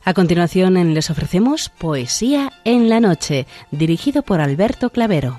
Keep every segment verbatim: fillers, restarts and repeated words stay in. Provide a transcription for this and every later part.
A continuación les ofrecemos Poesía en la Noche, dirigido por Alberto Clavero.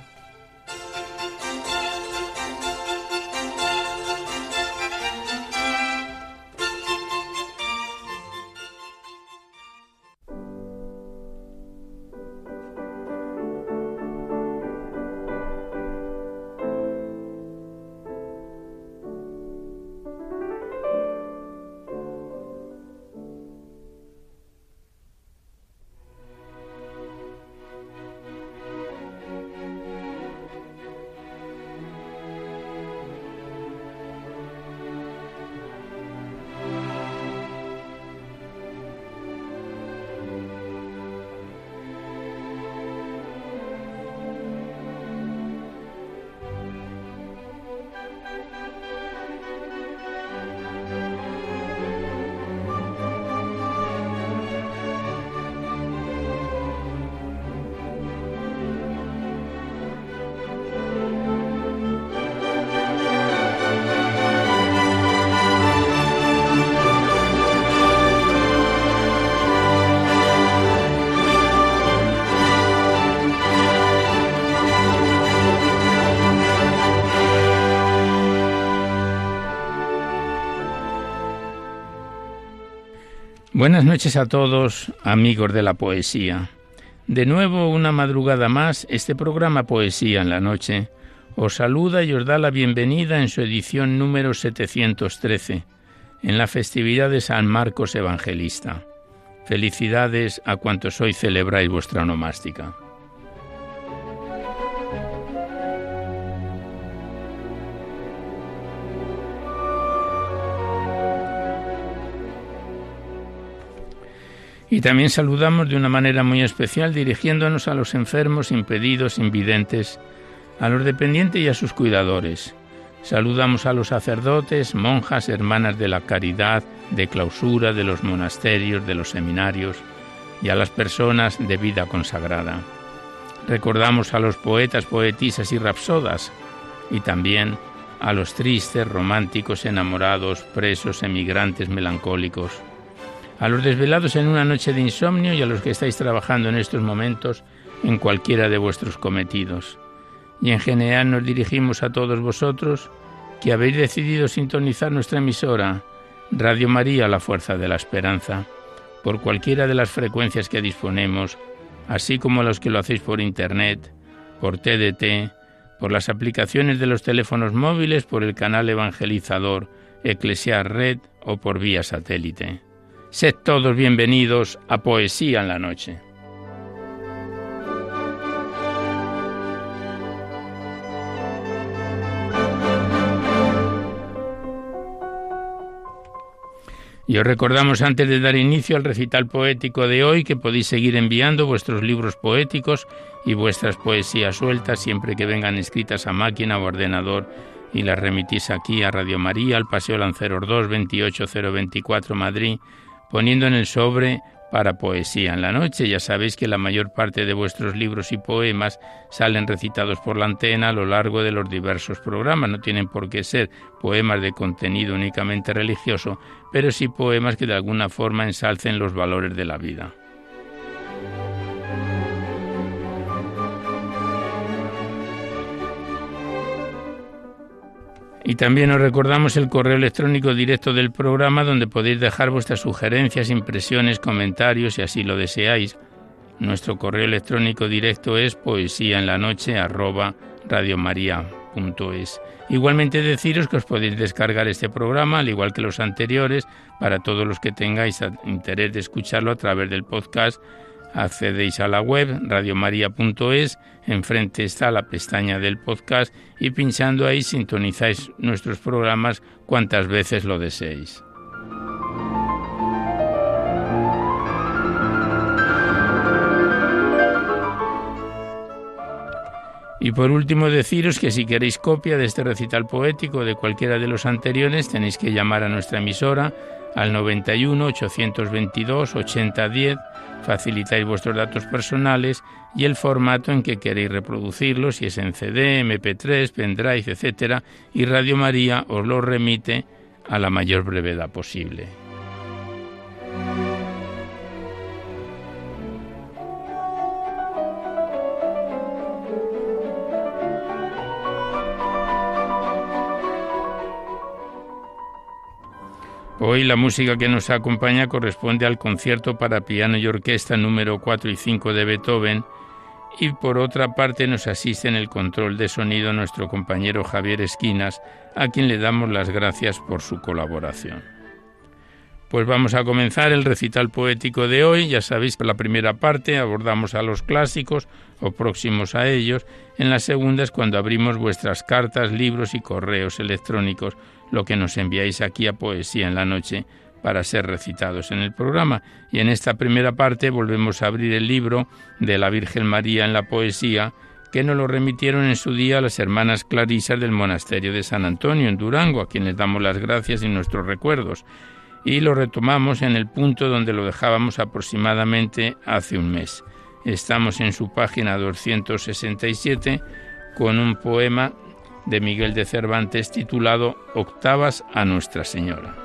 Buenas noches a todos, amigos de la poesía. De nuevo, una madrugada más, este programa Poesía en la Noche os saluda y os da la bienvenida en su edición número setecientos trece, en la festividad de San Marcos Evangelista. Felicidades a cuantos hoy celebráis vuestra onomástica. Y también saludamos de una manera muy especial dirigiéndonos a los enfermos, impedidos, invidentes, a los dependientes y a sus cuidadores. Saludamos a los sacerdotes, monjas, hermanas de la caridad, de clausura, de los monasterios, de los seminarios y a las personas de vida consagrada. Recordamos a los poetas, poetisas y rapsodas y también a los tristes, románticos, enamorados, presos, emigrantes, melancólicos, a los desvelados en una noche de insomnio y a los que estáis trabajando en estos momentos en cualquiera de vuestros cometidos. Y en general nos dirigimos a todos vosotros que habéis decidido sintonizar nuestra emisora, Radio María, la Fuerza de la Esperanza, por cualquiera de las frecuencias que disponemos, así como los que lo hacéis por Internet, por T D T, por las aplicaciones de los teléfonos móviles, por el canal evangelizador Eclesiar Red o por vía satélite. Sed todos bienvenidos a Poesía en la Noche. Y os recordamos antes de dar inicio al recital poético de hoy que podéis seguir enviando vuestros libros poéticos y vuestras poesías sueltas siempre que vengan escritas a máquina o ordenador y las remitís aquí a Radio María, al Paseo Lanceros dos, veintiocho mil veinticuatro, Madrid, poniendo en el sobre para Poesía en la Noche. Ya sabéis que la mayor parte de vuestros libros y poemas salen recitados por la antena a lo largo de los diversos programas. No tienen por qué ser poemas de contenido únicamente religioso, pero sí poemas que de alguna forma ensalcen los valores de la vida. Y también os recordamos el correo electrónico directo del programa donde podéis dejar vuestras sugerencias, impresiones, comentarios si así lo deseáis. Nuestro correo electrónico directo es poesiaenlanoche arroba radiomaria.es. Igualmente deciros que os podéis descargar este programa, al igual que los anteriores, para todos los que tengáis interés de escucharlo a través del podcast. Accedéis a la web radiomaria punto es, enfrente está la pestaña del podcast y pinchando ahí sintonizáis nuestros programas cuantas veces lo deseéis. Y por último deciros que si queréis copia de este recital poético o de cualquiera de los anteriores tenéis que llamar a nuestra emisora al noventa y uno, ochocientos veintidós, ochenta diez, facilitáis vuestros datos personales y el formato en que queréis reproducirlos, si es en C D, eme pe tres, pendrive, etcétera, y Radio María os lo remite a la mayor brevedad posible. Hoy la música que nos acompaña corresponde al concierto para piano y orquesta número cuatro y cinco de Beethoven, y por otra parte nos asiste en el control de sonido nuestro compañero Javier Esquinas, a quien le damos las gracias por su colaboración. Pues vamos a comenzar el recital poético de hoy. Ya sabéis, por la primera parte abordamos a los clásicos o próximos a ellos. En la segunda es cuando abrimos vuestras cartas, libros y correos electrónicos, lo que nos enviáis aquí a Poesía en la Noche para ser recitados en el programa. Y en esta primera parte volvemos a abrir el libro de la Virgen María en la Poesía, que nos lo remitieron en su día las hermanas clarisas del monasterio de San Antonio en Durango, a quienes damos las gracias y nuestros recuerdos. Y lo retomamos en el punto donde lo dejábamos aproximadamente hace un mes. Estamos en su página doscientos sesenta y siete con un poema de Miguel de Cervantes titulado Octavas a Nuestra Señora.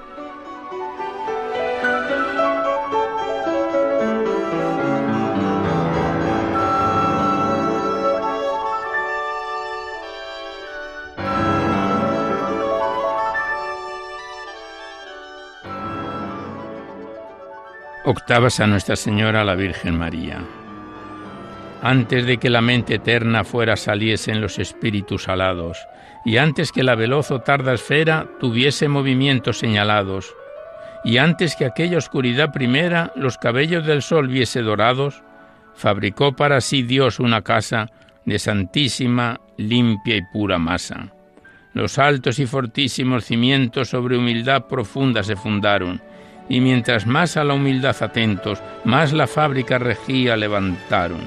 Octavas a Nuestra Señora la Virgen María. Antes de que la mente eterna fuera saliesen los espíritus alados, y antes que la veloz o tarda esfera tuviese movimientos señalados, y antes que aquella oscuridad primera los cabellos del sol viese dorados, fabricó para sí Dios una casa de santísima, limpia y pura masa. Los altos y fortísimos cimientos sobre humildad profunda se fundaron, y mientras más a la humildad atentos, más la fábrica regía levantaron.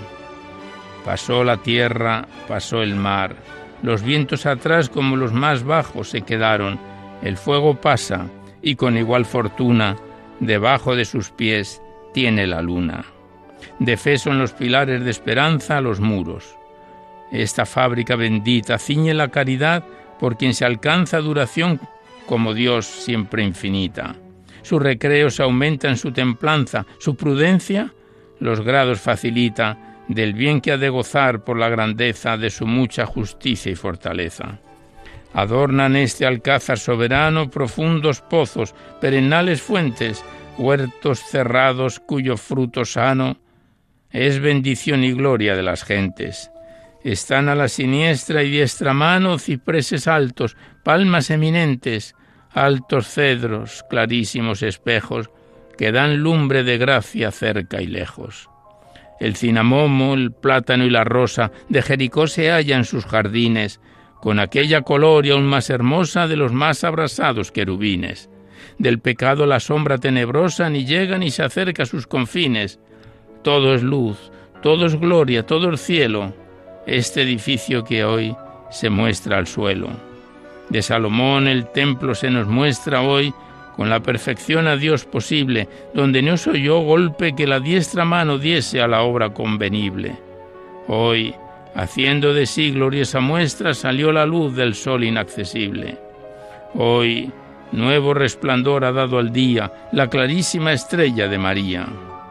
Pasó la tierra, pasó el mar, los vientos atrás como los más bajos se quedaron, el fuego pasa, y con igual fortuna, debajo de sus pies tiene la luna. De fe son los pilares de esperanza los muros. Esta fábrica bendita ciñe la caridad por quien se alcanza duración como Dios siempre infinita. Sus recreos aumentan su templanza, su prudencia los grados facilita del bien que ha de gozar por la grandeza de su mucha justicia y fortaleza. Adornan este alcázar soberano profundos pozos, perennales fuentes, huertos cerrados cuyo fruto sano es bendición y gloria de las gentes. Están a la siniestra y diestra mano cipreses altos, palmas eminentes, altos cedros, clarísimos espejos, que dan lumbre de gracia cerca y lejos. El cinamomo, el plátano y la rosa de Jericó se hallan en sus jardines, con aquella color y aún más hermosa de los más abrasados querubines. Del pecado la sombra tenebrosa ni llega ni se acerca a sus confines. Todo es luz, todo es gloria, todo es cielo, este edificio que hoy se muestra al suelo. De Salomón el templo se nos muestra hoy con la perfección a Dios posible, donde no se oyó golpe que la diestra mano diese a la obra convenible. Hoy, haciendo de sí gloriosa muestra, salió la luz del sol inaccesible. Hoy, nuevo resplandor ha dado al día la clarísima estrella de María.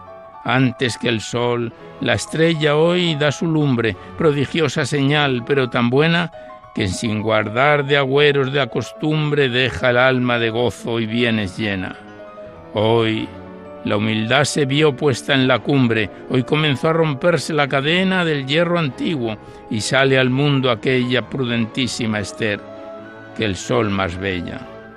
Antes que el sol, la estrella hoy da su lumbre, prodigiosa señal, pero tan buena que sin guardar de agüeros de la costumbre deja el alma de gozo y bienes llena. Hoy la humildad se vio puesta en la cumbre, hoy comenzó a romperse la cadena del hierro antiguo y sale al mundo aquella prudentísima Ester, que el sol más bella.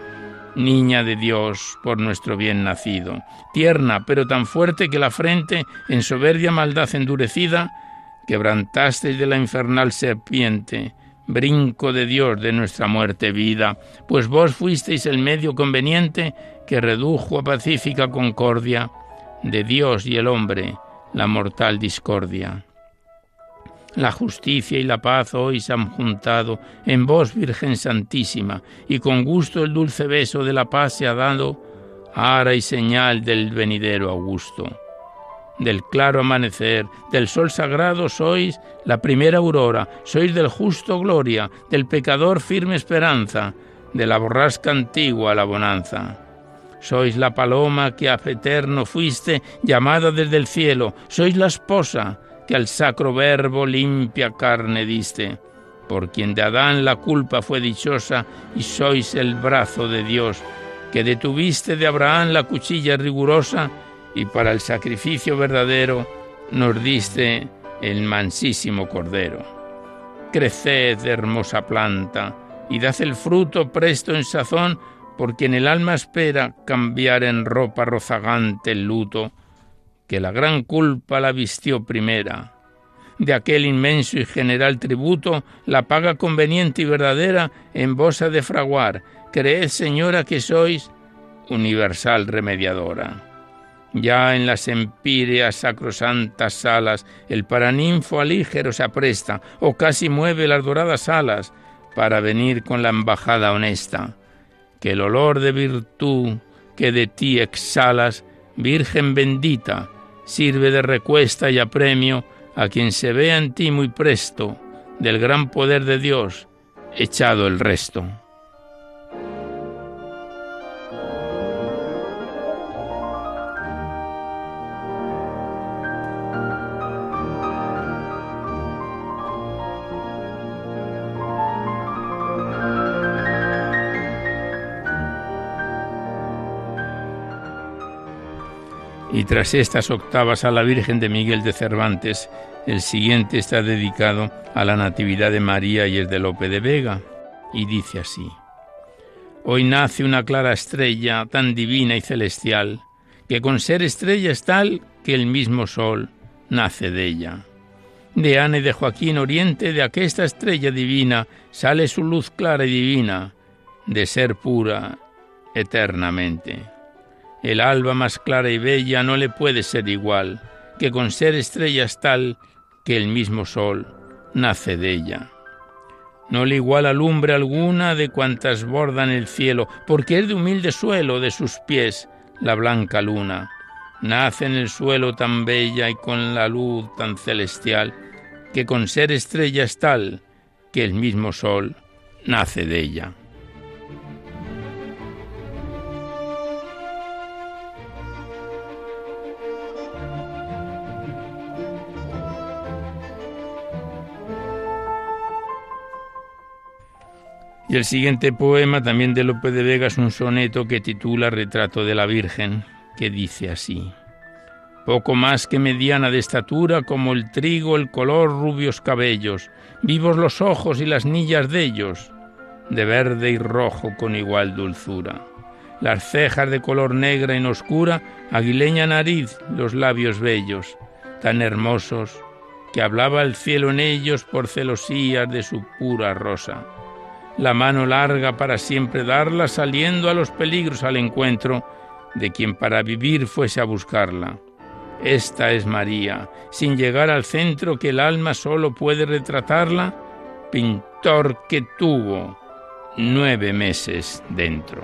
Niña de Dios por nuestro bien nacido, tierna pero tan fuerte que la frente en soberbia maldad endurecida quebrantasteis de la infernal serpiente, brinco de Dios de nuestra muerte vida, pues vos fuisteis el medio conveniente que redujo a pacífica concordia de Dios y el hombre la mortal discordia. La justicia y la paz hoy se han juntado en vos, Virgen Santísima, y con gusto el dulce beso de la paz se ha dado, ara y señal del venidero augusto. Del claro amanecer, del sol sagrado sois la primera aurora, sois del justo gloria, del pecador firme esperanza, de la borrasca antigua la bonanza. Sois la paloma que a eterno fuiste, llamada desde el cielo, sois la esposa que al sacro verbo limpia carne diste, por quien de Adán la culpa fue dichosa, y sois el brazo de Dios que detuviste de Abraham la cuchilla rigurosa y para el sacrificio verdadero nos diste el mansísimo cordero. Creced, hermosa planta, y dad el fruto presto en sazón, porque en el alma espera cambiar en ropa rozagante el luto, que la gran culpa la vistió primera. De aquel inmenso y general tributo, la paga conveniente y verdadera en vos ha de fraguar. Creed, señora, que sois universal remediadora. Ya en las empíreas sacrosantas salas, el paraninfo alígero se apresta, o casi mueve las doradas alas, para venir con la embajada honesta. Que el olor de virtud que de ti exhalas, Virgen bendita, sirve de recuesta y apremio a quien se vea en ti muy presto, del gran poder de Dios, echado el resto. Y tras estas octavas a la Virgen de Miguel de Cervantes, el siguiente está dedicado a la Natividad de María y es de Lope de Vega, y dice así: Hoy nace una clara estrella tan divina y celestial, que con ser estrella es tal que el mismo sol nace de ella. De Ana y de Joaquín Oriente, de aquesta estrella divina, sale su luz clara y divina, de ser pura eternamente. El alba más clara y bella no le puede ser igual, que con ser estrella es tal que el mismo sol nace de ella. No le iguala lumbre alguna de cuantas bordan el cielo, porque es de humilde suelo de sus pies la blanca luna. Nace en el suelo tan bella y con la luz tan celestial, que con ser estrella es tal que el mismo sol nace de ella. Y el siguiente poema, también de Lope de Vega, es un soneto que titula Retrato de la Virgen, que dice así: Poco más que mediana de estatura, como el trigo, el color, rubios cabellos, vivos los ojos y las nillas de ellos, de verde y rojo con igual dulzura. Las cejas de color negra en oscura, aguileña nariz, los labios bellos, tan hermosos que hablaba el cielo en ellos por celosías de su pura rosa. La mano larga para siempre darla, saliendo a los peligros al encuentro de quien para vivir fuese a buscarla. Esta es María, sin llegar al centro que el alma solo puede retratarla, pintor que tuvo nueve meses dentro.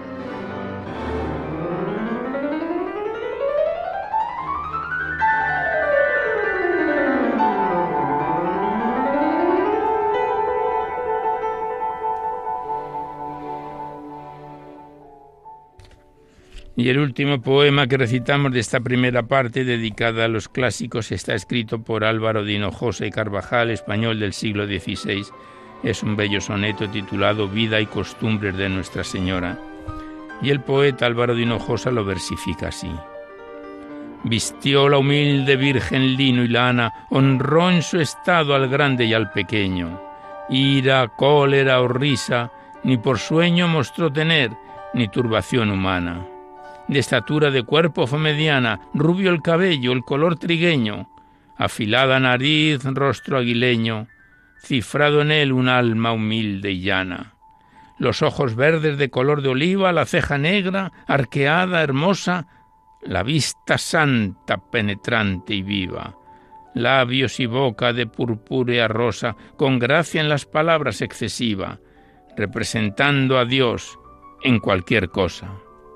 Y el último poema que recitamos de esta primera parte, dedicada a los clásicos, está escrito por Álvaro de Hinojosa y Carvajal, español del siglo dieciséis. Es un bello soneto titulado Vida y costumbres de Nuestra Señora. Y el poeta Álvaro de Hinojosa lo versifica así: Vistió la humilde Virgen lino y lana, honró en su estado al grande y al pequeño. Ira, cólera o risa, ni por sueño mostró tener, ni turbación humana. De estatura de cuerpo fue mediana, rubio el cabello, el color trigueño, afilada nariz, rostro aguileño, cifrado en él un alma humilde y llana. Los ojos verdes de color de oliva, la ceja negra, arqueada, hermosa, la vista santa, penetrante y viva, labios y boca de purpúrea rosa, con gracia en las palabras excesiva, representando a Dios en cualquier cosa.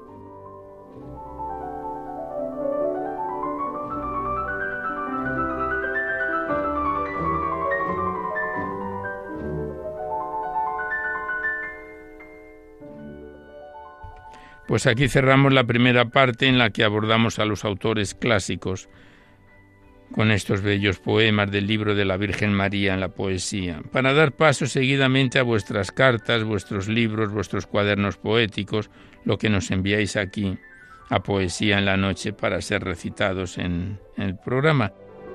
Pues aquí cerramos la primera parte en la que abordamos a los autores clásicos. con estos bellos poemas del libro de la Virgen María en la poesía, para dar paso seguidamente a vuestras cartas, vuestros libros, vuestros cuadernos poéticos, lo que nos enviáis aquí a Poesía en la Noche para ser recitados en, en el programa.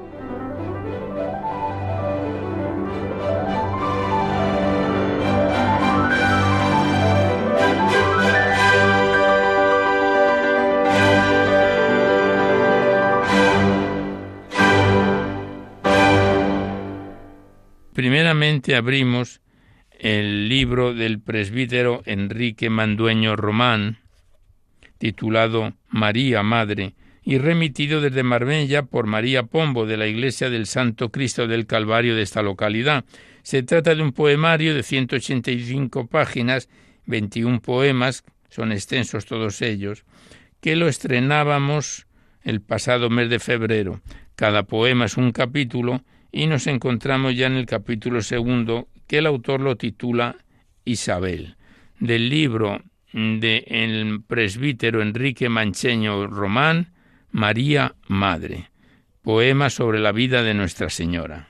Primeramente abrimos el libro del presbítero Enrique Mandueño Román, titulado María Madre, y remitido desde Marbella por María Pombo, de la Iglesia del Santo Cristo del Calvario de esta localidad. Se trata de un poemario de ciento ochenta y cinco páginas, veintiún poemas, son extensos todos ellos, que lo estrenábamos el pasado mes de febrero. Cada poema es un capítulo, y nos encontramos ya en el capítulo segundo, que el autor lo titula Isabel, del libro del presbítero Enrique Mancheño Román, María Madre, poema sobre la vida de Nuestra Señora.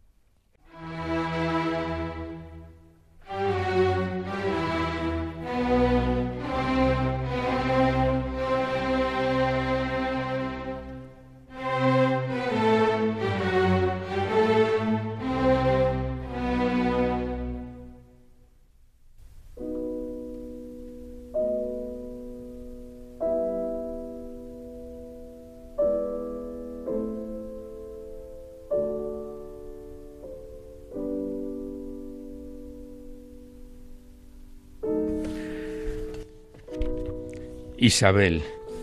Isabel.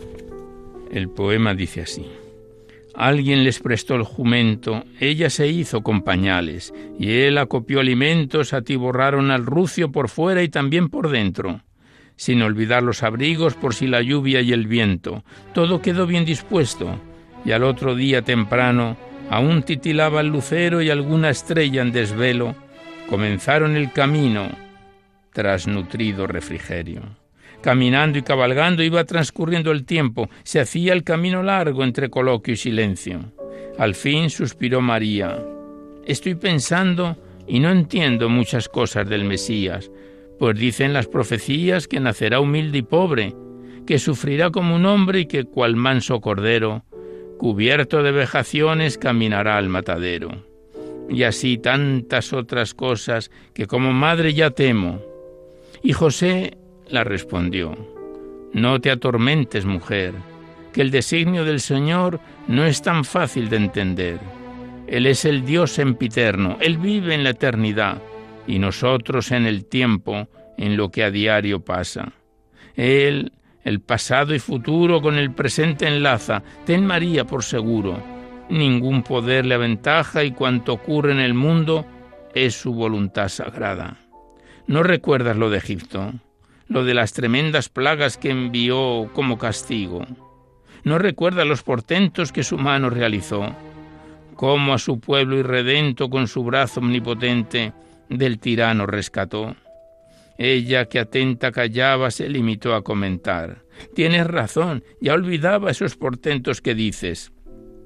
El poema dice así: alguien les prestó el jumento, ella se hizo con pañales, y él acopió alimentos, atiborraron al rucio por fuera y también por dentro, sin olvidar los abrigos por si la lluvia y el viento. Todo quedó bien dispuesto, y al otro día temprano aún titilaba el lucero y alguna estrella en desvelo. Comenzaron el camino tras nutrido refrigerio. Caminando y cabalgando iba transcurriendo el tiempo, se hacía el camino largo entre coloquio y silencio. Al fin suspiró María: estoy pensando y no entiendo muchas cosas del Mesías, pues dicen las profecías que nacerá humilde y pobre, que sufrirá como un hombre y que cual manso cordero, cubierto de vejaciones, caminará al matadero. Y así tantas otras cosas que como madre ya temo. Y José la respondió: no te atormentes, mujer, que el designio del Señor no es tan fácil de entender. Él es el Dios sempiterno, Él vive en la eternidad, y nosotros en el tiempo, en lo que a diario pasa. Él, el pasado y futuro con el presente enlaza. Ten María por seguro, ningún poder le aventaja y cuanto ocurre en el mundo es su voluntad sagrada. ¿No recuerdas lo de Egipto? Lo de las tremendas plagas que envió como castigo. ¿No recuerda los portentos que su mano realizó? Cómo a su pueblo irredento con su brazo omnipotente del tirano rescató. Ella, que atenta callaba, se limitó a comentar: tienes razón, ya olvidaba esos portentos que dices.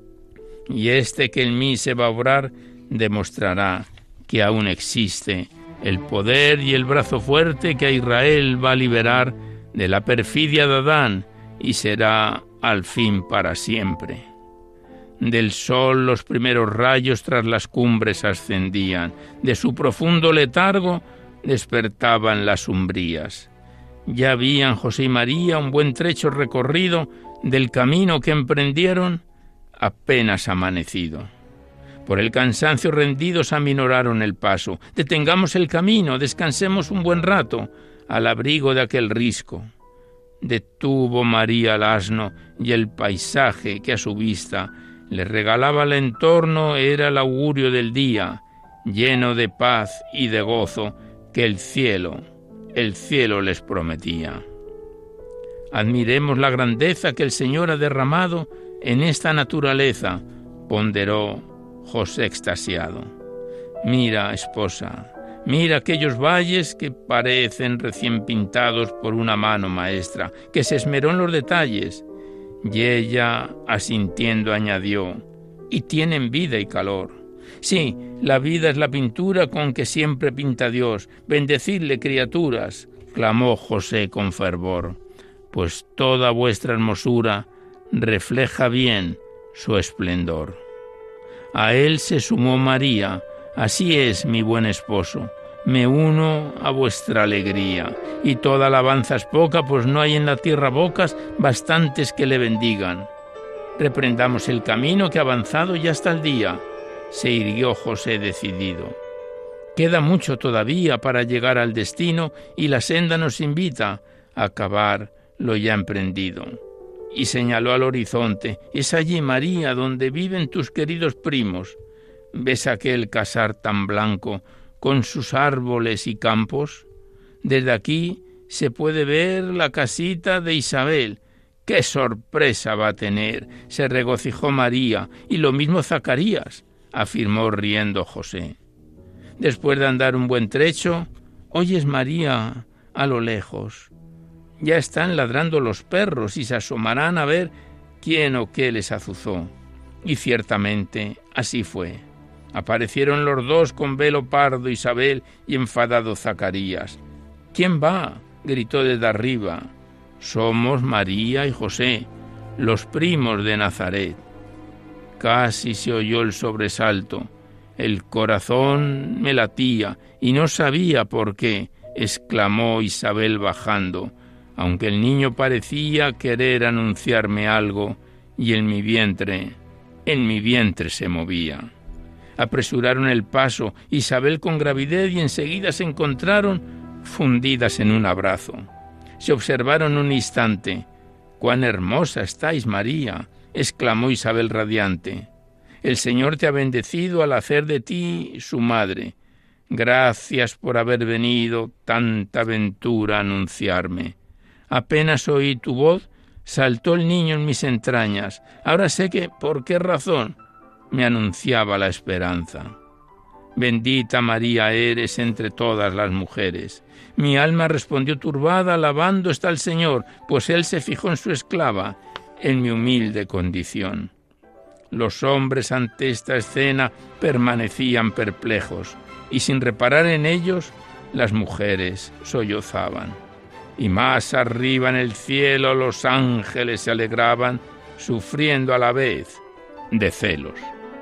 Y este que en mí se va a obrar demostrará que aún existe el poder y el brazo fuerte que a Israel va a liberar de la perfidia de Adán y será al fin para siempre. Del sol los primeros rayos tras las cumbres ascendían, de su profundo letargo despertaban las umbrías. Ya habían José y María un buen trecho recorrido del camino que emprendieron apenas amanecido. Por el cansancio rendidos aminoraron el paso. Detengamos el camino, descansemos un buen rato, al abrigo de aquel risco. Detuvo María el asno, y el paisaje que a su vista le regalaba el entorno era el augurio del día, lleno de paz y de gozo que el cielo, el cielo les prometía. Admiremos la grandeza que el Señor ha derramado en esta naturaleza, ponderó José extasiado. Mira, esposa, mira aquellos valles que parecen recién pintados por una mano maestra, que se esmeró en los detalles. Y ella, asintiendo, añadió: y tienen vida y calor. Sí, la vida es la pintura con que siempre pinta Dios. Bendecidle, criaturas, clamó José con fervor, pues toda vuestra hermosura refleja bien su esplendor. A él se sumó María, así es mi buen esposo, me uno a vuestra alegría, y toda alabanza es poca, pues no hay en la tierra bocas bastantes que le bendigan. Reprendamos el camino que ha avanzado ya hasta el día, se irguió José decidido. Queda mucho todavía para llegar al destino y la senda nos invita a acabar lo ya emprendido. Y señaló al horizonte, es allí, María, donde viven tus queridos primos. ¿Ves aquel casar tan blanco con sus árboles y campos? Desde aquí se puede ver la casita de Isabel. ¡Qué sorpresa va a tener!, se regocijó María, y lo mismo Zacarías, afirmó riendo José. Después de andar un buen trecho, oyes, María, a lo lejos. Ya están ladrando los perros y se asomarán a ver quién o qué les azuzó. Y ciertamente así fue. Aparecieron los dos con velo pardo Isabel y enfadado Zacarías. ¿Quién va?, gritó desde arriba. Somos María y José, los primos de Nazaret. Casi se oyó el sobresalto. El corazón me latía y no sabía por qué, exclamó Isabel bajando, aunque el niño parecía querer anunciarme algo y en mi vientre, en mi vientre se movía. Apresuraron el paso, Isabel con gravidez, y enseguida se encontraron fundidas en un abrazo. Se observaron un instante. «¡Cuán hermosa estáis, María!», exclamó Isabel radiante. «El Señor te ha bendecido al hacer de ti su madre. Gracias por haber venido tanta ventura a anunciarme. Apenas oí tu voz, saltó el niño en mis entrañas. Ahora sé que, por qué razón, me anunciaba la esperanza. Bendita María eres entre todas las mujeres. Mi alma respondió turbada, alabando está el Señor, pues Él se fijó en su esclava, en mi humilde condición». Los hombres ante esta escena permanecían perplejos, y sin reparar en ellos, las mujeres sollozaban. Y más arriba en el cielo los ángeles se alegraban, sufriendo a la vez de celos.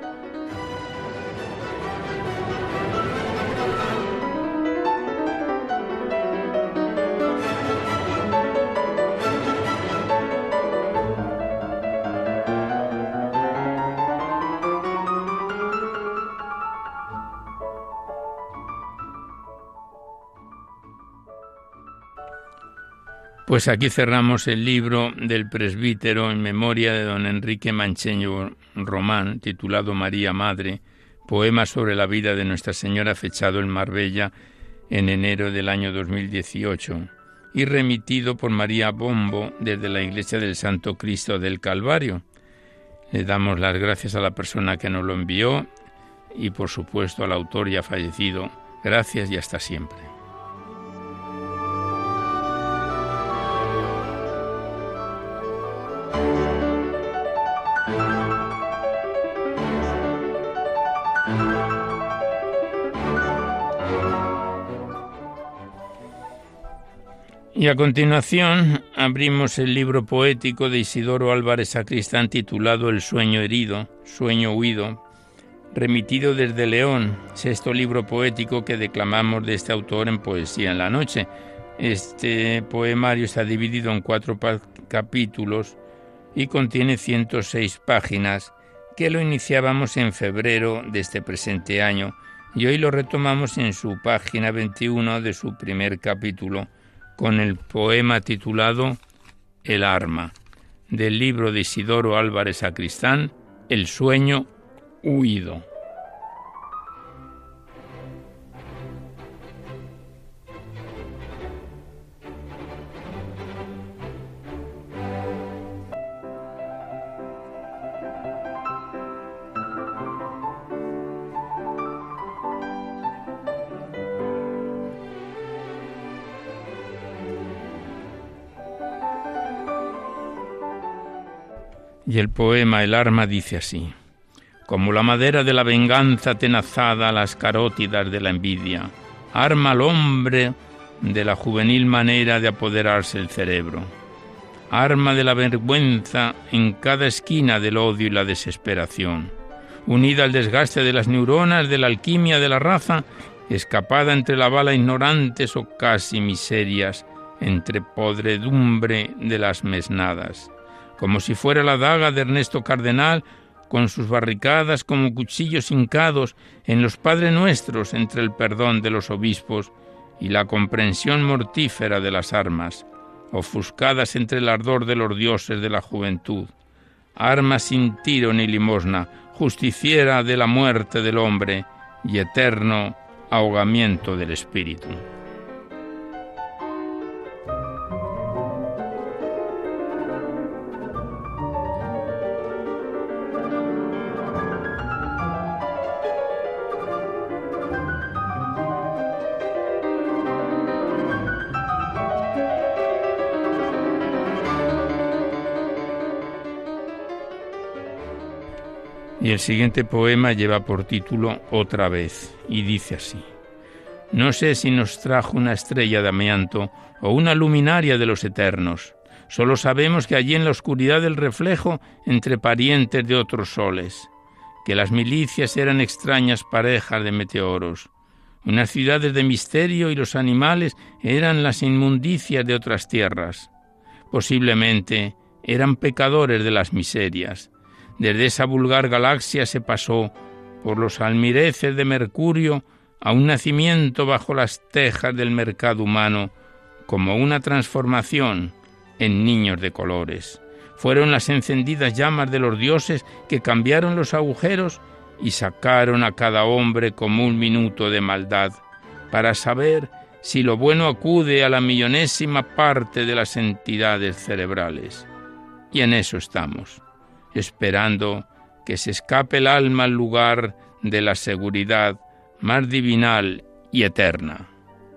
Pues aquí cerramos el libro del presbítero en memoria de don Enrique Mancheño Román, titulado María Madre, poema sobre la vida de Nuestra Señora, fechado en Marbella en enero del año dos mil dieciocho, y remitido por María Bombo desde la Iglesia del Santo Cristo del Calvario. Le damos las gracias a la persona que nos lo envió y, por supuesto, al autor ya fallecido. Gracias y hasta siempre. Y a continuación abrimos el libro poético de Isidoro Álvarez Sacristán titulado El sueño herido, sueño huido, remitido desde León, sexto libro poético que declamamos de este autor en Poesía en la Noche. Este poemario está dividido en cuatro pa- capítulos y contiene ciento seis páginas que lo iniciábamos en febrero de este presente año y hoy lo retomamos en su página veintiuno de su primer capítulo, con el poema titulado El arma, del libro de Isidoro Álvarez Sacristán, El sueño huido. Y el poema El arma dice así: como la madera de la venganza atenazada a las carótidas de la envidia, arma al hombre de la juvenil manera de apoderarse el cerebro, arma de la vergüenza en cada esquina del odio y la desesperación, unida al desgaste de las neuronas de la alquimia de la raza, escapada entre la bala ignorantes o casi miserias, entre podredumbre de las mesnadas, como si fuera la daga de Ernesto Cardenal, con sus barricadas como cuchillos hincados en los Padre Nuestros entre el perdón de los obispos y la comprensión mortífera de las armas, ofuscadas entre el ardor de los dioses de la juventud, armas sin tiro ni limosna, justiciera de la muerte del hombre y eterno ahogamiento del espíritu. Y el siguiente poema lleva por título Otra vez, y dice así: no sé si nos trajo una estrella de amianto o una luminaria de los eternos. Solo sabemos que allí en la oscuridad del reflejo, entre parientes de otros soles, que las milicias eran extrañas parejas de meteoros, unas ciudades de misterio y los animales eran las inmundicias de otras tierras. Posiblemente eran pecadores de las miserias. Desde esa vulgar galaxia se pasó por los almireces de Mercurio a un nacimiento bajo las tejas del mercado humano, como una transformación en niños de colores. Fueron las encendidas llamas de los dioses que cambiaron los agujeros y sacaron a cada hombre como un minuto de maldad, para saber si lo bueno acude a la millonésima parte de las entidades cerebrales. Y en eso estamos, esperando que se escape el alma al lugar de la seguridad más divinal y eterna.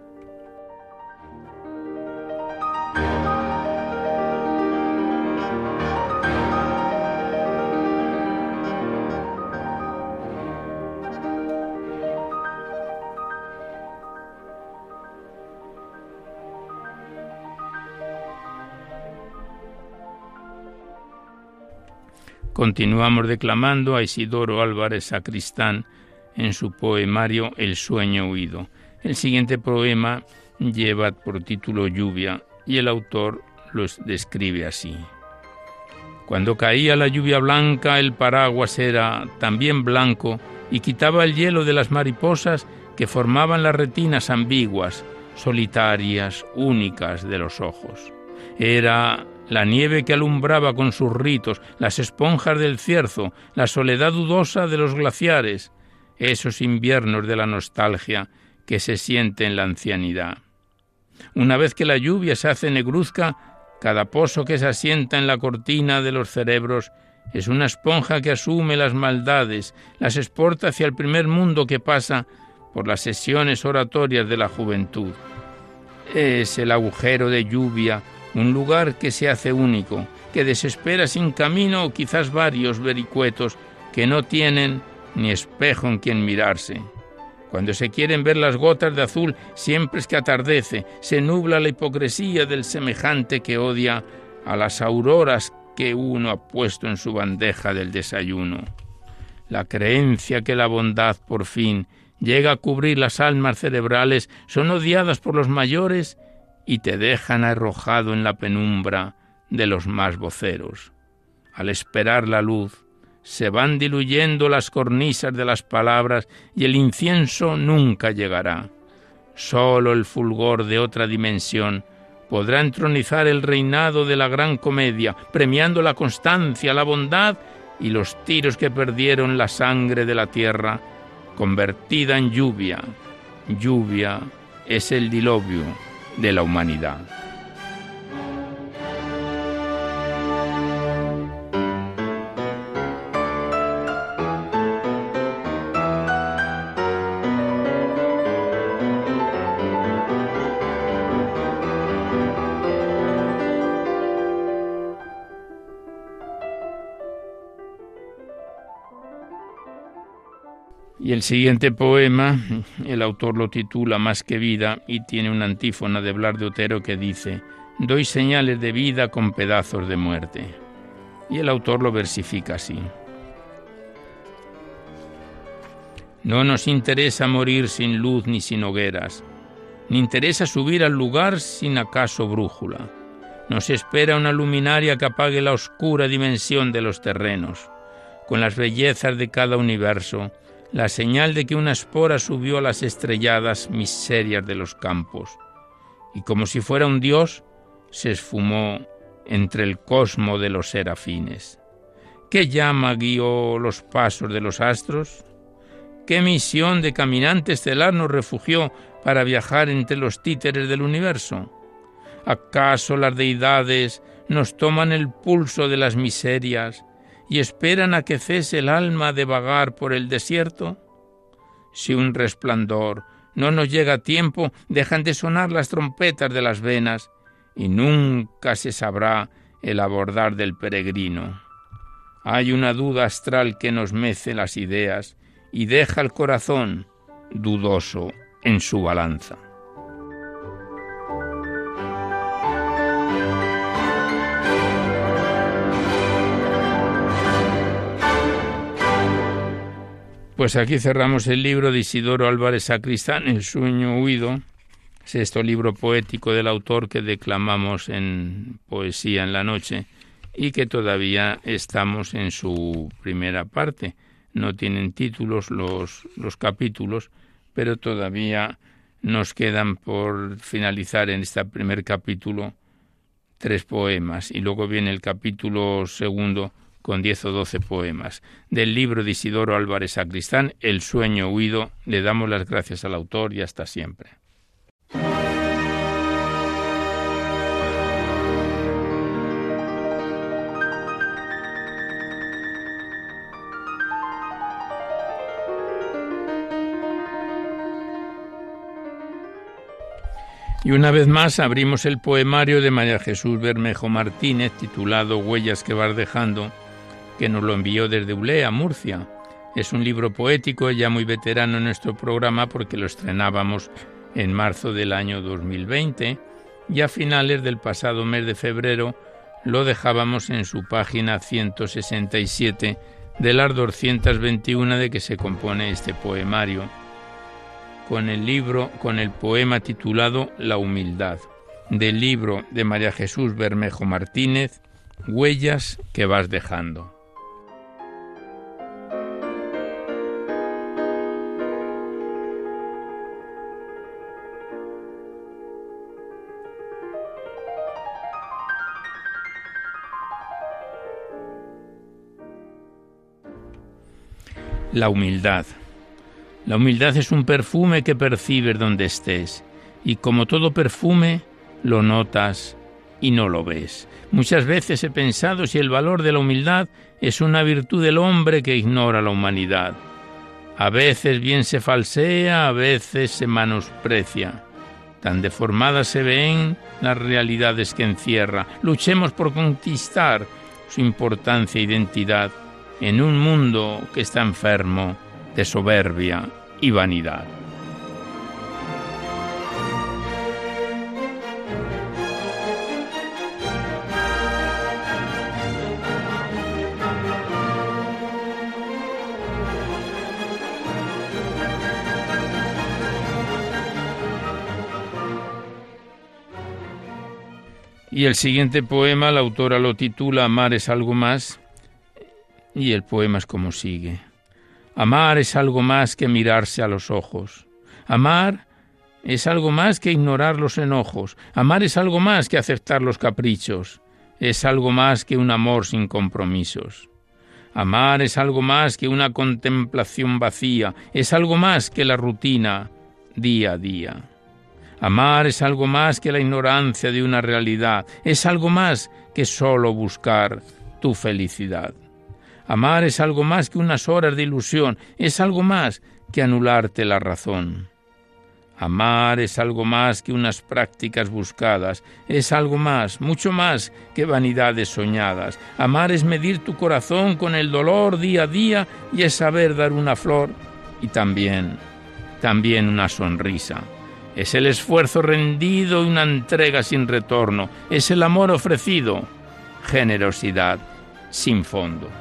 Continuamos declamando a Isidoro Álvarez Sacristán en su poemario El sueño huido. El siguiente poema lleva por título Lluvia y el autor lo describe así: cuando caía la lluvia blanca, el paraguas era también blanco y quitaba el hielo de las mariposas que formaban las retinas ambiguas, solitarias, únicas de los ojos. Era la nieve que alumbraba con sus ritos, las esponjas del cierzo, la soledad dudosa de los glaciares, esos inviernos de la nostalgia que se siente en la ancianidad. Una vez que la lluvia se hace negruzca, cada pozo que se asienta en la cortina de los cerebros es una esponja que asume las maldades, las exporta hacia el primer mundo que pasa por las sesiones oratorias de la juventud. Es el agujero de lluvia, un lugar que se hace único, que desespera sin camino o quizás varios vericuetos que no tienen ni espejo en quien mirarse. Cuando se quieren ver las gotas de azul, siempre es que atardece, se nubla la hipocresía del semejante que odia a las auroras que uno ha puesto en su bandeja del desayuno. La creencia que la bondad, por fin, llega a cubrir las almas cerebrales son odiadas por los mayores y te dejan arrojado en la penumbra de los más voceros. Al esperar la luz, se van diluyendo las cornisas de las palabras y el incienso nunca llegará. Solo el fulgor de otra dimensión podrá entronizar el reinado de la gran comedia, premiando la constancia, la bondad y los tiros que perdieron la sangre de la tierra, convertida en lluvia. Lluvia es el diluvio de la humanidad. Y el siguiente poema, el autor lo titula Más que vida y tiene una antífona de Blas de Otero que dice: doy señales de vida con pedazos de muerte. Y el autor lo versifica así: no nos interesa morir sin luz ni sin hogueras, ni interesa subir al lugar sin acaso brújula. Nos espera una luminaria que apague la oscura dimensión de los terrenos, con las bellezas de cada universo, la señal de que una espora subió a las estrelladas miserias de los campos, y como si fuera un dios, se esfumó entre el cosmo de los serafines. ¿Qué llama guió los pasos de los astros? ¿Qué misión de caminante estelar nos refugió para viajar entre los títeres del universo? ¿Acaso las deidades nos toman el pulso de las miserias y esperan a que cese el alma de vagar por el desierto? Si un resplandor no nos llega a tiempo, dejan de sonar las trompetas de las venas y nunca se sabrá el abordar del peregrino. Hay una duda astral que nos mece las ideas y deja el corazón dudoso en su balanza. Pues aquí cerramos el libro de Isidoro Álvarez Sacristán, El sueño huido, sexto libro poético del autor que declamamos en Poesía en la Noche y que todavía estamos en su primera parte. No tienen títulos los, los capítulos, pero todavía nos quedan por finalizar en este primer capítulo tres poemas y luego viene el capítulo segundo con diez o doce poemas. Del libro de Isidoro Álvarez Sacristán, El sueño huido, le damos las gracias al autor y hasta siempre. Y una vez más abrimos el poemario de María Jesús Bermejo Martínez, titulado Huellas que vas dejando, que nos lo envió desde Ulea, Murcia. Es un libro poético ya muy veterano en nuestro programa porque lo estrenábamos en marzo del año dos mil veinte y a finales del pasado mes de febrero lo dejábamos en su página ciento sesenta y siete de las doscientas veintiuna de que se compone este poemario, con el libro, con el poema titulado La humildad, del libro de María Jesús Bermejo Martínez, Huellas que vas dejando. La humildad. La humildad es un perfume que percibes donde estés, y como todo perfume, lo notas y no lo ves. Muchas veces he pensado si el valor de la humildad es una virtud del hombre que ignora la humanidad. A veces bien se falsea, a veces se menosprecia. Tan deformadas se ven las realidades que encierra. Luchemos por conquistar su importancia e identidad en un mundo que está enfermo de soberbia y vanidad. Y el siguiente poema, la autora lo titula Amar es algo más, y el poema es como sigue. Amar es algo más que mirarse a los ojos. Amar es algo más que ignorar los enojos. Amar es algo más que aceptar los caprichos. Es algo más que un amor sin compromisos. Amar es algo más que una contemplación vacía. Es algo más que la rutina día a día. Amar es algo más que la ignorancia de una realidad. Es algo más que solo buscar tu felicidad. Amar es algo más que unas horas de ilusión, es algo más que anularte la razón. Amar es algo más que unas prácticas buscadas, es algo más, mucho más que vanidades soñadas. Amar es medir tu corazón con el dolor día a día y es saber dar una flor y también, también una sonrisa. Es el esfuerzo rendido y una entrega sin retorno. Es el amor ofrecido, generosidad sin fondo.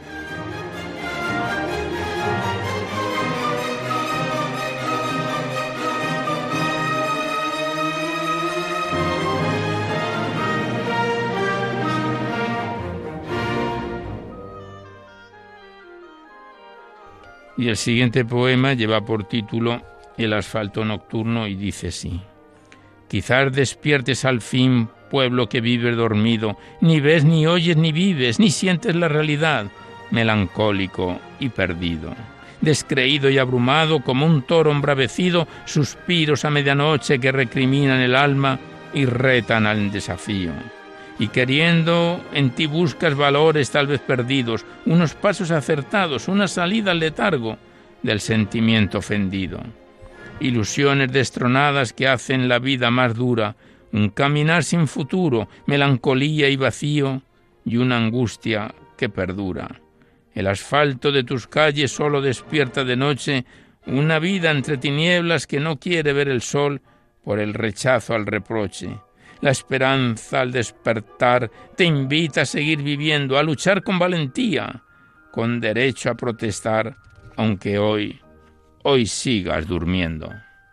Y el siguiente poema lleva por título El asfalto nocturno y dice así: quizás despiertes al fin, pueblo que vive dormido, ni ves, ni oyes, ni vives, ni sientes la realidad, melancólico y perdido. Descreído y abrumado como un toro embravecido, suspiros a medianoche que recriminan el alma y retan al desafío. Y queriendo, en ti buscas valores tal vez perdidos, unos pasos acertados, una salida al letargo del sentimiento ofendido. Ilusiones destronadas que hacen la vida más dura, un caminar sin futuro, melancolía y vacío, y una angustia que perdura. El asfalto de tus calles solo despierta de noche una vida entre tinieblas que no quiere ver el sol por el rechazo al reproche. La esperanza al despertar te invita a seguir viviendo, a luchar con valentía, con derecho a protestar, aunque hoy, hoy sigas durmiendo.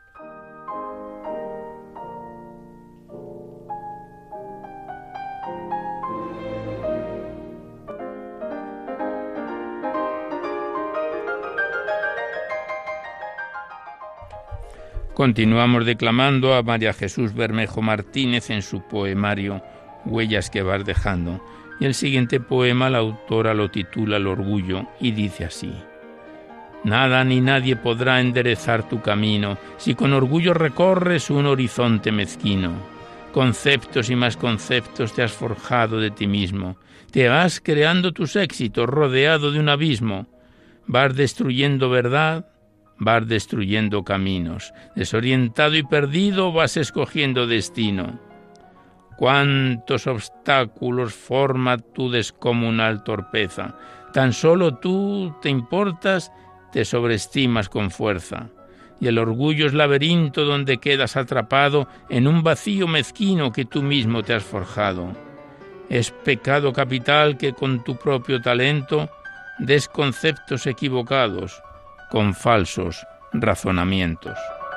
Continuamos declamando a María Jesús Bermejo Martínez en su poemario Huellas que vas dejando. Y el siguiente poema la autora lo titula El orgullo y dice así: nada ni nadie podrá enderezar tu camino si con orgullo recorres un horizonte mezquino. Conceptos y más conceptos te has forjado de ti mismo. Te vas creando tus éxitos rodeado de un abismo. Vas destruyendo verdad, vas destruyendo caminos. Desorientado y perdido vas escogiendo destino. Cuántos obstáculos forma tu descomunal torpeza. Tan solo tú te importas, te sobreestimas con fuerza. Y el orgullo es laberinto donde quedas atrapado en un vacío mezquino que tú mismo te has forjado. Es pecado capital que con tu propio talento des conceptos equivocados, con falsos razonamientos.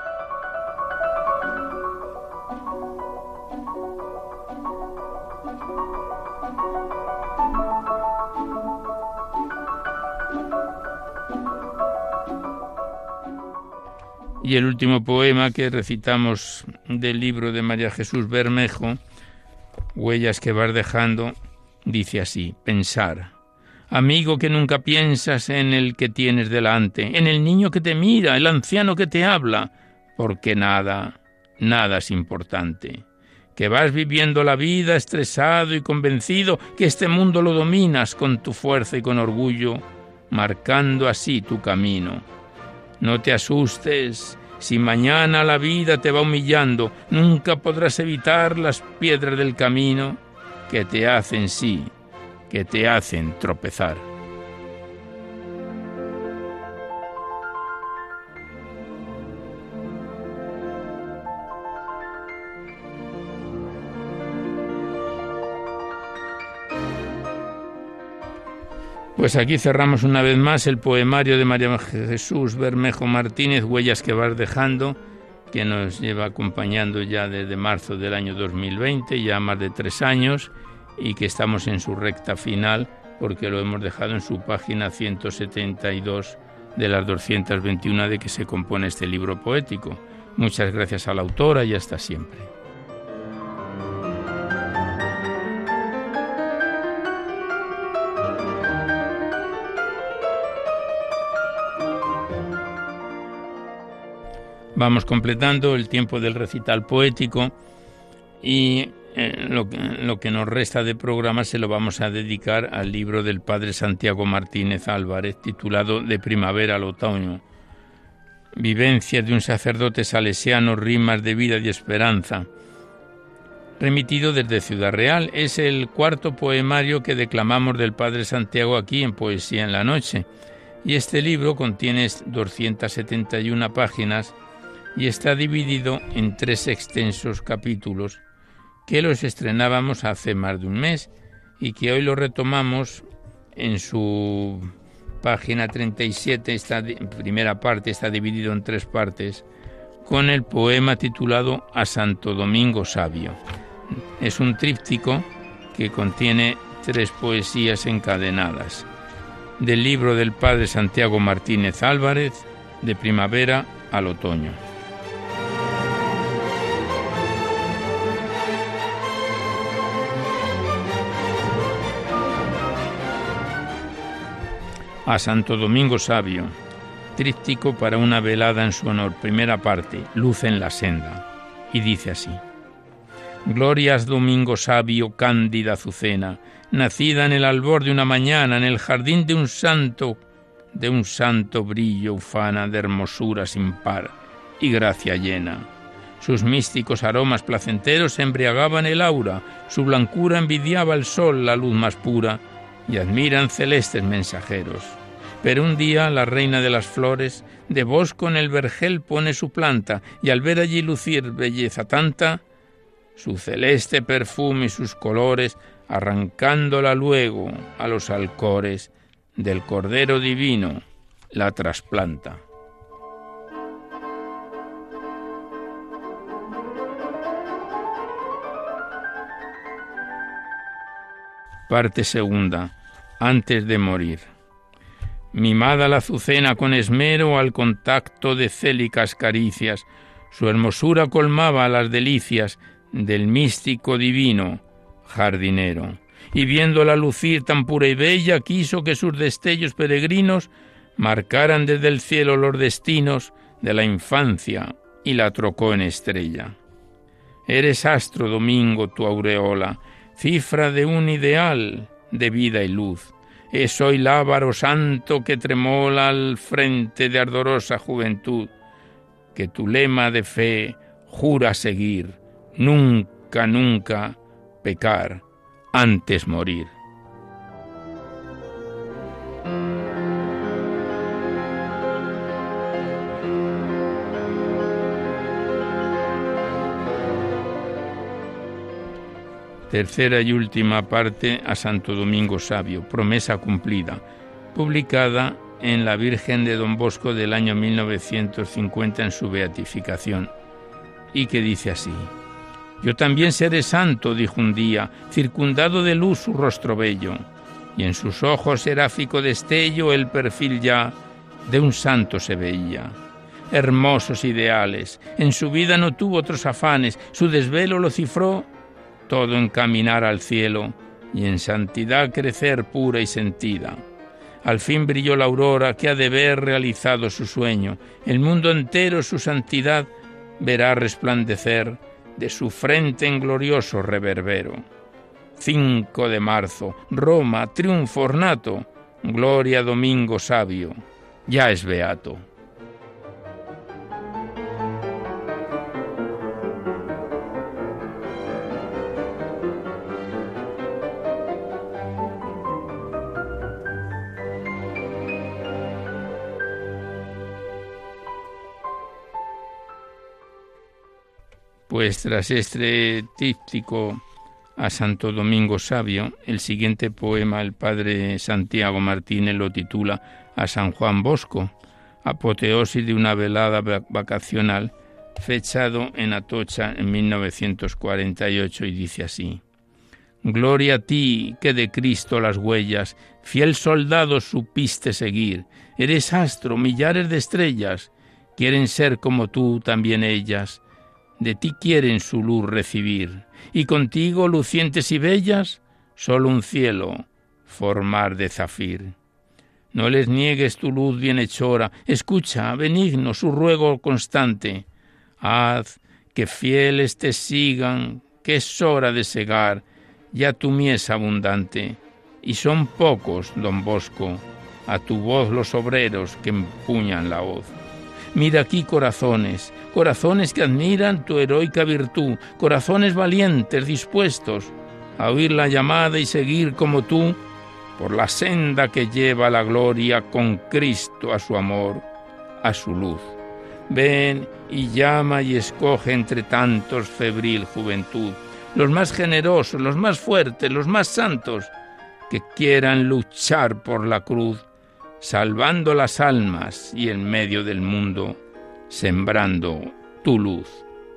Y el último poema que recitamos del libro de María Jesús Bermejo, Huellas que vas dejando, dice así: pensar. Amigo que nunca piensas en el que tienes delante, en el niño que te mira, el anciano que te habla, porque nada, nada es importante. Que vas viviendo la vida estresado y convencido que este mundo lo dominas con tu fuerza y con orgullo, marcando así tu camino. No te asustes, si mañana la vida te va humillando, nunca podrás evitar las piedras del camino que te hacen sí, que te hacen tropezar. Pues aquí cerramos una vez más el poemario de María Jesús Bermejo Martínez, Huellas que vas dejando, que nos lleva acompañando ya desde marzo del año dos mil veinte, ya más de tres años, y que estamos en su recta final porque lo hemos dejado en su página ciento setenta y dos de las doscientas veintiuno de que se compone este libro poético. Muchas gracias a la autora y hasta siempre. Vamos completando el tiempo del recital poético y eh, lo, lo que nos resta de programa se lo vamos a dedicar al libro del padre Santiago Martínez Álvarez, titulado De primavera al otoño. Vivencias de un sacerdote salesiano, rimas de vida y esperanza. Remitido desde Ciudad Real. Es el cuarto poemario que declamamos del padre Santiago aquí en Poesía en la Noche. Y este libro contiene doscientas setenta y una páginas y está dividido en tres extensos capítulos que los estrenábamos hace más de un mes y que hoy lo retomamos en su página treinta y siete, esta primera parte está dividido en tres partes, con el poema titulado A Santo Domingo Sabio. Es un tríptico que contiene tres poesías encadenadas, del libro del padre Santiago Martínez Álvarez, De primavera al otoño. A Santo Domingo Sabio, tríptico para una velada en su honor, primera parte, Luz en la senda, y dice así: Glorias Domingo Sabio, cándida azucena, nacida en el albor de una mañana, en el jardín de un santo, de un santo brillo ufana de hermosura sin par y gracia llena. Sus místicos aromas placenteros embriagaban el aura, su blancura envidiaba el sol, la luz más pura, y admiran celestes mensajeros. Pero un día la reina de las flores de bosco en el vergel pone su planta, y al ver allí lucir belleza tanta, su celeste perfume y sus colores, arrancándola luego a los alcores del Cordero Divino, la trasplanta. Parte segunda. Antes de morir. Mimada la azucena con esmero al contacto de célicas caricias, su hermosura colmaba las delicias del místico divino jardinero. Y viéndola lucir tan pura y bella, quiso que sus destellos peregrinos marcaran desde el cielo los destinos de la infancia y la trocó en estrella. Eres astro, Domingo, tu aureola, cifra de un ideal de vida y luz. Es hoy lábaro santo que tremola al frente de ardorosa juventud, que tu lema de fe jura seguir, nunca, nunca pecar, antes morir. Tercera y última parte, a Santo Domingo Sabio, promesa cumplida, publicada en La Virgen de Don Bosco del año mil novecientos cincuenta en su beatificación, y que dice así: Yo también seré santo, dijo un día, circundado de luz su rostro bello, y en sus ojos seráfico destello el perfil ya de un santo se veía. Hermosos ideales, en su vida no tuvo otros afanes, su desvelo lo cifró todo en caminar al cielo y en santidad crecer pura y sentida. Al fin brilló la aurora que ha de ver realizado su sueño. El mundo entero su santidad verá resplandecer de su frente en glorioso reverbero. cinco de marzo, Roma, triunfo ornato, gloria Domingo Sabio, ya es beato. Pues tras este tríptico a Santo Domingo Sabio, el siguiente poema el padre Santiago Martínez lo titula A San Juan Bosco, apoteosis de una velada vacacional, fechado en Atocha en mil novecientos cuarenta y ocho, y dice así: Gloria a ti, que de Cristo las huellas, fiel soldado supiste seguir, eres astro, millares de estrellas, quieren ser como tú también ellas, de ti quieren su luz recibir, y contigo, lucientes y bellas, solo un cielo formar de zafir. No les niegues tu luz bienhechora, escucha, benigno, su ruego constante. Haz que fieles te sigan, que es hora de segar ya tu mies abundante. Y son pocos, don Bosco, a tu voz los obreros que empuñan la hoz. Mira aquí corazones, corazones que admiran tu heroica virtud, corazones valientes, dispuestos a oír la llamada y seguir como tú por la senda que lleva a la gloria con Cristo a su amor, a su luz. Ven y llama y escoge entre tantos febril juventud, los más generosos, los más fuertes, los más santos, que quieran luchar por la cruz, salvando las almas y en medio del mundo, sembrando tu luz.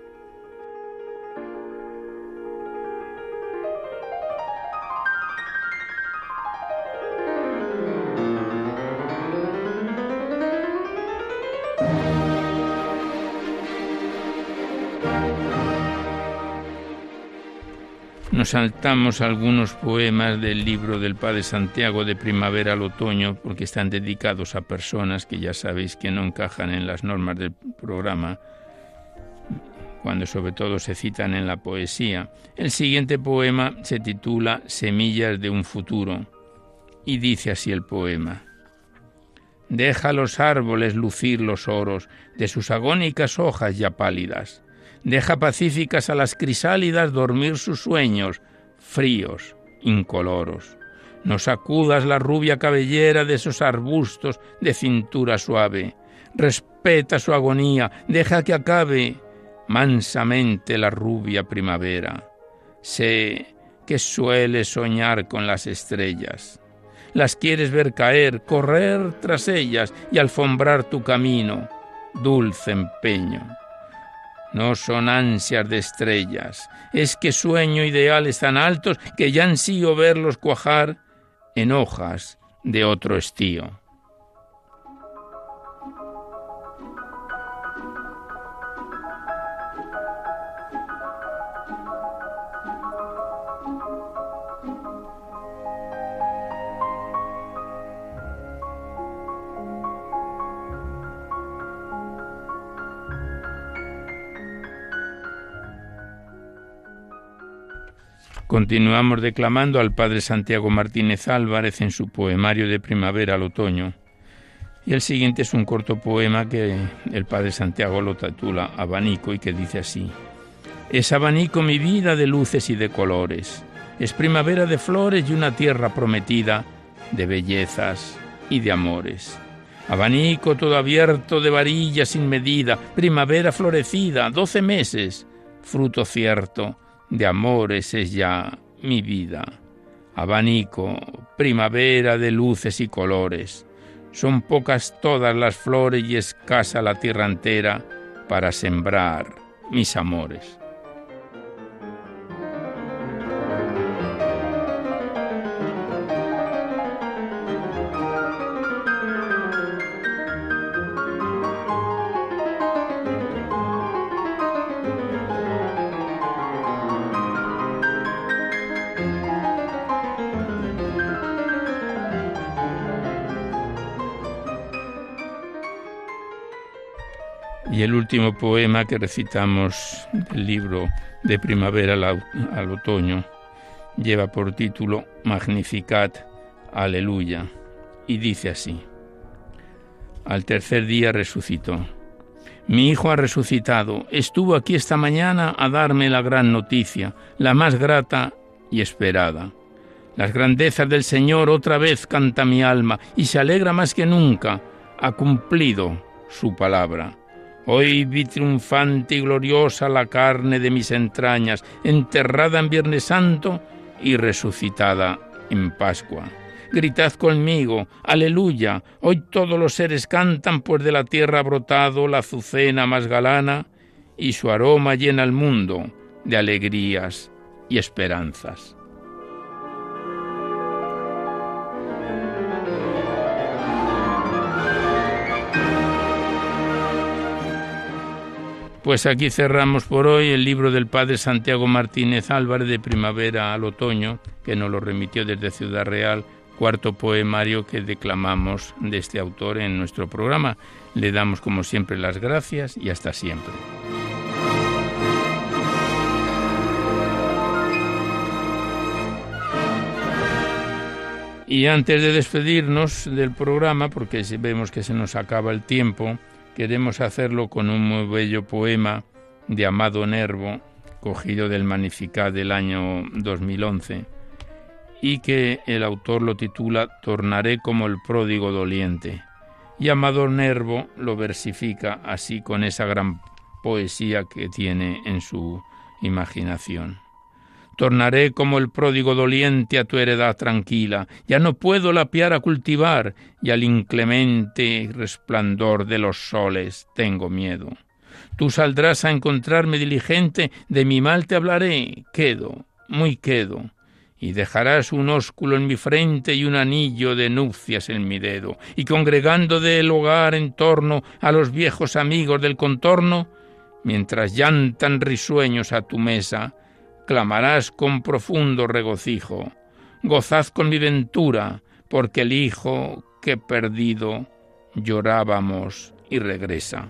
Nos saltamos algunos poemas del libro del Padre Santiago de Primavera al Otoño, porque están dedicados a personas que ya sabéis que no encajan en las normas del programa, cuando sobre todo se citan en la poesía. El siguiente poema se titula Semillas de un futuro, y dice así el poema: deja los árboles lucir los oros de sus agónicas hojas ya pálidas. Deja pacíficas a las crisálidas dormir sus sueños, fríos, incoloros. No sacudas la rubia cabellera de esos arbustos de cintura suave. Respeta su agonía, deja que acabe mansamente la rubia primavera. Sé que sueles soñar con las estrellas. Las quieres ver caer, correr tras ellas y alfombrar tu camino. Dulce empeño. No son ansias de estrellas, es que sueño ideales tan altos que ya ansío verlos cuajar en hojas de otro estío. Continuamos declamando al padre Santiago Martínez Álvarez en su poemario de Primavera al Otoño. Y el siguiente es un corto poema que el padre Santiago lo titula Abanico y que dice así: es abanico mi vida de luces y de colores, es primavera de flores y una tierra prometida de bellezas y de amores. Abanico todo abierto de varillas sin medida, primavera florecida, doce meses, fruto cierto de amores es ya mi vida. Abanico, primavera de luces y colores. Son pocas todas las flores y escasa la tierra entera para sembrar mis amores. Y el último poema que recitamos del libro de Primavera al, al Otoño lleva por título Magnificat, Aleluya, y dice así: al tercer día resucitó. Mi hijo ha resucitado, estuvo aquí esta mañana a darme la gran noticia, la más grata y esperada. Las grandezas del Señor otra vez canta mi alma y se alegra más que nunca, ha cumplido su palabra. Hoy vi triunfante y gloriosa la carne de mis entrañas, enterrada en Viernes Santo y resucitada en Pascua. Gritad conmigo, aleluya, hoy todos los seres cantan, pues de la tierra ha brotado la azucena más galana, y su aroma llena el mundo de alegrías y esperanzas. Pues aquí cerramos por hoy el libro del padre Santiago Martínez Álvarez de Primavera al Otoño, que nos lo remitió desde Ciudad Real, cuarto poemario que declamamos de este autor en nuestro programa. Le damos como siempre las gracias y hasta siempre. Y antes de despedirnos del programa, porque vemos que se nos acaba el tiempo, queremos hacerlo con un muy bello poema de Amado Nervo, cogido del Magnificat del año dos mil once, y que el autor lo titula Tornaré como el pródigo doliente. Y Amador Nervo lo versifica así con esa gran poesía que tiene en su imaginación. Tornaré como el pródigo doliente a tu heredad tranquila, ya no puedo la piara cultivar, y al inclemente resplandor de los soles tengo miedo. Tú saldrás a encontrarme diligente, de mi mal te hablaré, quedo, muy quedo, y dejarás un ósculo en mi frente y un anillo de nupcias en mi dedo, y congregando del hogar en torno a los viejos amigos del contorno, mientras llantan risueños a tu mesa, clamarás con profundo regocijo, gozad con mi ventura, porque el hijo que perdido llorábamos y regresa.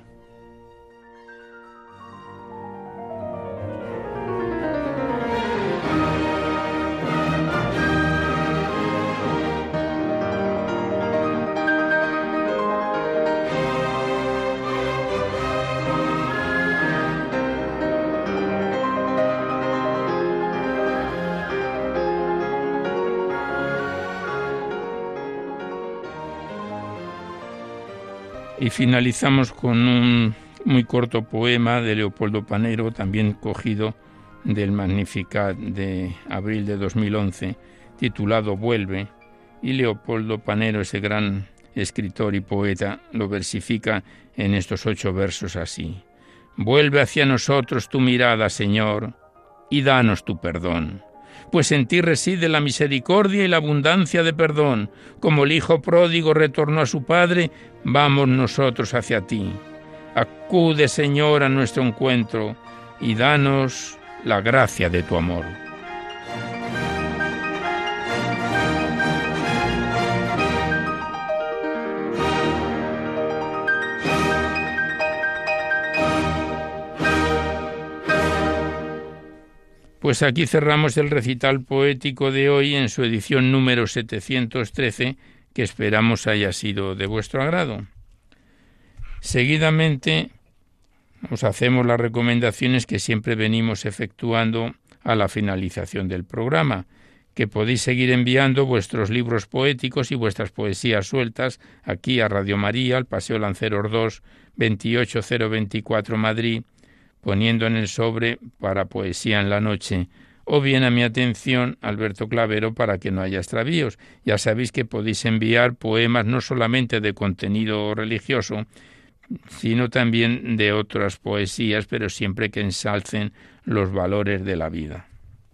Y finalizamos con un muy corto poema de Leopoldo Panero, también cogido del Magnificat de abril de dos mil once, titulado Vuelve, y Leopoldo Panero, ese gran escritor y poeta, lo versifica en estos ocho versos así: Vuelve hacia nosotros tu mirada, Señor, y danos tu perdón. Pues en ti reside la misericordia y la abundancia de perdón. Como el hijo pródigo retornó a su padre, vamos nosotros hacia ti. Acude, Señor, a nuestro encuentro y danos la gracia de tu amor. Pues aquí cerramos el recital poético de hoy en su edición número setecientos trece, que esperamos haya sido de vuestro agrado. Seguidamente os hacemos las recomendaciones que siempre venimos efectuando a la finalización del programa, que podéis seguir enviando vuestros libros poéticos y vuestras poesías sueltas aquí a Radio María, al Paseo Lanceros dos, veintiocho cero veinticuatro Madrid, poniendo en el sobre para Poesía en la Noche, o bien a mi atención, Alberto Clavero, para que no haya extravíos. Ya sabéis que podéis enviar poemas no solamente de contenido religioso, sino también de otras poesías, pero siempre que ensalcen los valores de la vida.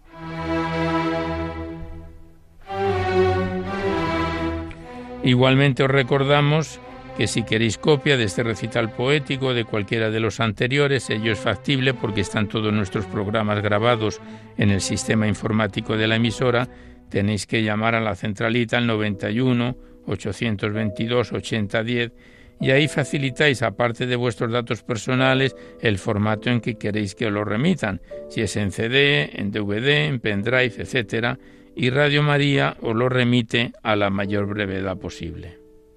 Igualmente os recordamos que si queréis copia de este recital poético o de cualquiera de los anteriores, ello es factible porque están todos nuestros programas grabados en el sistema informático de la emisora. Tenéis que llamar a la centralita al noventa y uno, ochocientos veintidós, ochenta diez y ahí facilitáis, aparte de vuestros datos personales, el formato en que queréis que os lo remitan, si es en C D, en D V D, en pendrive, etcétera, y Radio María os lo remite a la mayor brevedad posible.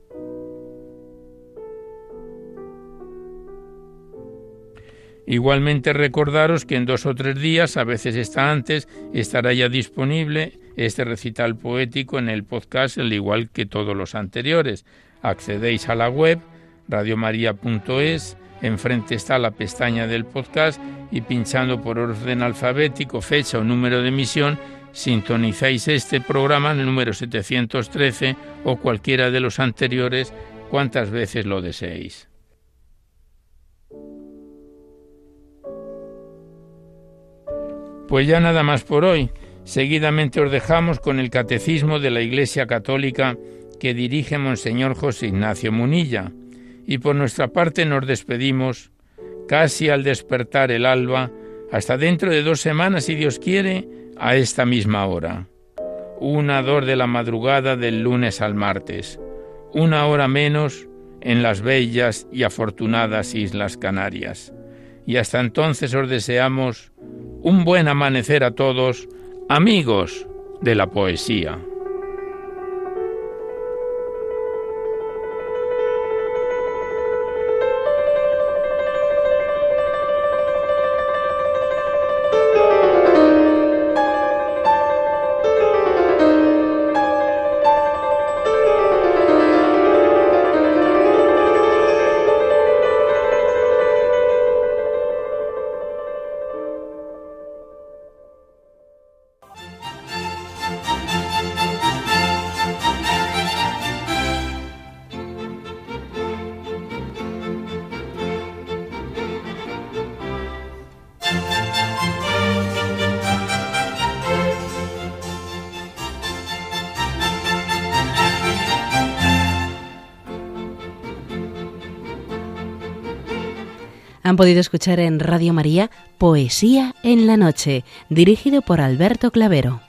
Igualmente recordaros que en dos o tres días, a veces está antes, estará ya disponible este recital poético en el podcast, al igual que todos los anteriores. Accedéis a la web radiomaria punto es, enfrente está la pestaña del podcast y pinchando por orden alfabético, fecha o número de emisión, sintonizáis este programa en el número setecientos trece o cualquiera de los anteriores cuantas veces lo deseéis. Pues ya nada más por hoy. Seguidamente os dejamos con el Catecismo de la Iglesia Católica que dirige Monseñor José Ignacio Munilla. Y por nuestra parte nos despedimos, casi al despertar el alba, hasta dentro de dos semanas, si Dios quiere, a esta misma hora. Una hora de la madrugada del lunes al martes. Una hora menos en las bellas y afortunadas Islas Canarias. Y hasta entonces os deseamos un buen amanecer a todos, amigos de la poesía. Han podido escuchar en Radio María Poesía en la Noche, dirigido por Alberto Clavero.